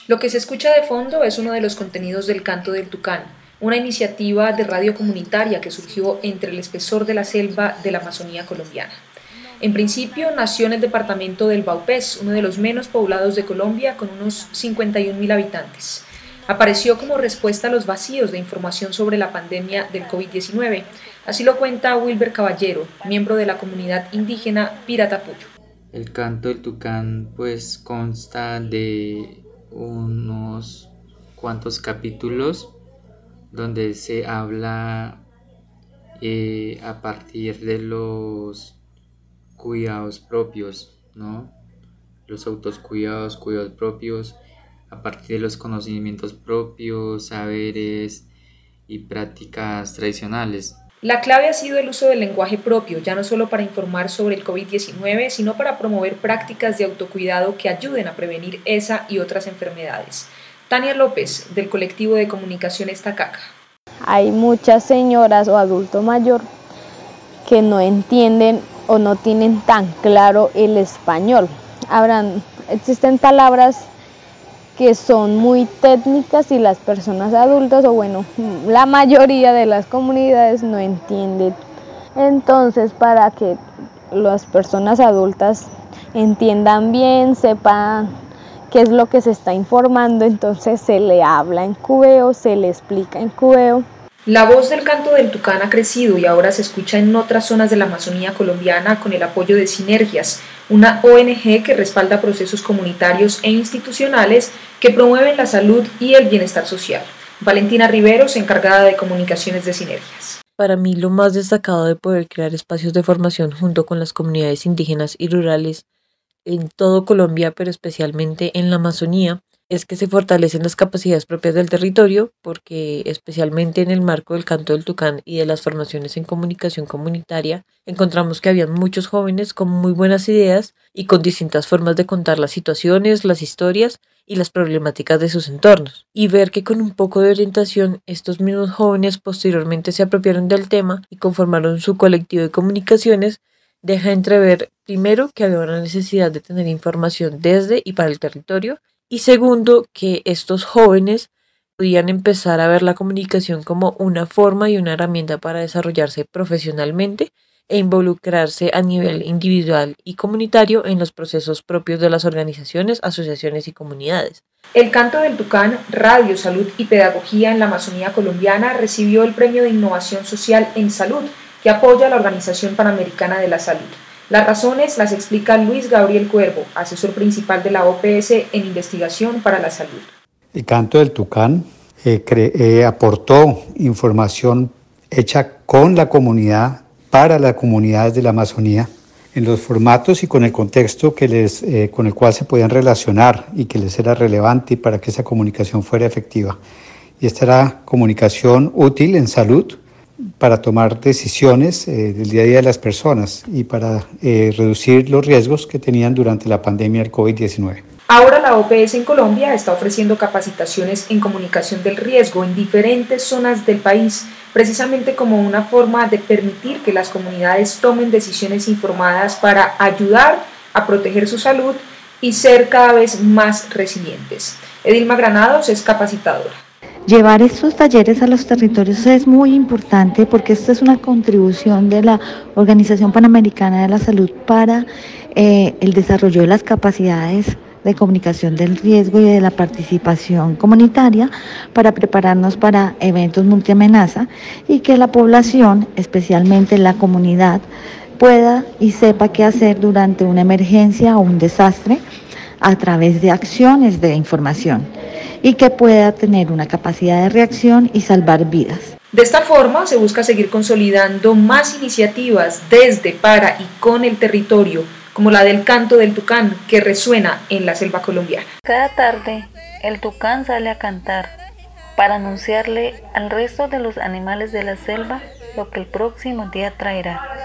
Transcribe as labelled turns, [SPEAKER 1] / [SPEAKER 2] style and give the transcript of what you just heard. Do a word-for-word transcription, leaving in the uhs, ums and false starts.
[SPEAKER 1] Lo que se escucha de fondo es uno de los contenidos del Canto del Tucán, una iniciativa de radio comunitaria que surgió entre el espesor de la selva de la Amazonía colombiana. En principio nació en el departamento del Vaupés, uno de los menos poblados de Colombia, con unos cincuenta y un mil habitantes. Apareció como respuesta a los vacíos de información sobre la pandemia del COVID diecinueve. Así lo cuenta Wilber Caballero, miembro de la comunidad indígena Piratapuyo.
[SPEAKER 2] El Canto del Tucán pues consta de unos cuantos capítulos donde se habla eh, a partir de los cuidados propios, ¿no? Los autocuidados, cuidados propios, a partir de los conocimientos propios, saberes y prácticas tradicionales.
[SPEAKER 1] La clave ha sido el uso del lenguaje propio, ya no solo para informar sobre el COVID diecinueve, sino para promover prácticas de autocuidado que ayuden a prevenir esa y otras enfermedades. Tania López, del colectivo de comunicaciones Tacaca.
[SPEAKER 3] Hay muchas señoras o adulto mayor que no entienden o no tienen tan claro el español. Habrán, existen palabras que son muy técnicas y las personas adultas, o bueno, la mayoría de las comunidades no entienden. Entonces, para que las personas adultas entiendan bien, sepan qué es lo que se está informando, entonces se le habla en cubeo, se le explica en cubeo.
[SPEAKER 1] La voz del Canto del Tucán ha crecido y ahora se escucha en otras zonas de la Amazonía colombiana con el apoyo de Sinergias, una O N Ge que respalda procesos comunitarios e institucionales que promueven la salud y el bienestar social. Valentina Riveros, encargada de comunicaciones de Sinergias.
[SPEAKER 4] Para mí lo más destacado de poder crear espacios de formación junto con las comunidades indígenas y rurales en todo Colombia, pero especialmente en la Amazonía, es que se fortalecen las capacidades propias del territorio, porque especialmente en el marco del Canto del Tucán y de las formaciones en comunicación comunitaria, encontramos que había muchos jóvenes con muy buenas ideas y con distintas formas de contar las situaciones, las historias y las problemáticas de sus entornos. Y ver que con un poco de orientación, estos mismos jóvenes posteriormente se apropiaron del tema y conformaron su colectivo de comunicaciones, deja entrever, primero, que había una necesidad de tener información desde y para el territorio, y segundo, que estos jóvenes podían empezar a ver la comunicación como una forma y una herramienta para desarrollarse profesionalmente e involucrarse a nivel individual y comunitario en los procesos propios de las organizaciones, asociaciones y comunidades.
[SPEAKER 1] El Canto del Tucán, Radio, Salud y Pedagogía en la Amazonía colombiana recibió el Premio de Innovación Social en Salud, que apoya a la Organización Panamericana de la Salud. Las razones las explica Luis Gabriel Cuervo, asesor principal de la O P S en Investigación para la Salud.
[SPEAKER 5] El Canto del Tucán eh, cre- eh, aportó información hecha con la comunidad, para las comunidades de la Amazonía, en los formatos y con el contexto que les, eh, con el cual se podían relacionar y que les era relevante para que esa comunicación fuera efectiva. Y esta era comunicación útil en salud, para tomar decisiones eh, del día a día de las personas y para eh, reducir los riesgos que tenían durante la pandemia del COVID diecinueve.
[SPEAKER 1] Ahora la O P S en Colombia está ofreciendo capacitaciones en comunicación del riesgo en diferentes zonas del país, precisamente como una forma de permitir que las comunidades tomen decisiones informadas para ayudar a proteger su salud y ser cada vez más resilientes. Edilma Granados es capacitadora.
[SPEAKER 6] Llevar estos talleres a los territorios es muy importante porque esta es una contribución de la Organización Panamericana de la Salud para eh, el desarrollo de las capacidades de comunicación del riesgo y de la participación comunitaria para prepararnos para eventos multiamenaza y que la población, especialmente la comunidad, pueda y sepa qué hacer durante una emergencia o un desastre a través de acciones de información y que pueda tener una capacidad de reacción y salvar vidas.
[SPEAKER 1] De esta forma se busca seguir consolidando más iniciativas desde, para y con el territorio, como la del Canto del Tucán, que resuena en la selva colombiana.
[SPEAKER 7] Cada tarde, el tucán sale a cantar para anunciarle al resto de los animales de la selva lo que el próximo día traerá.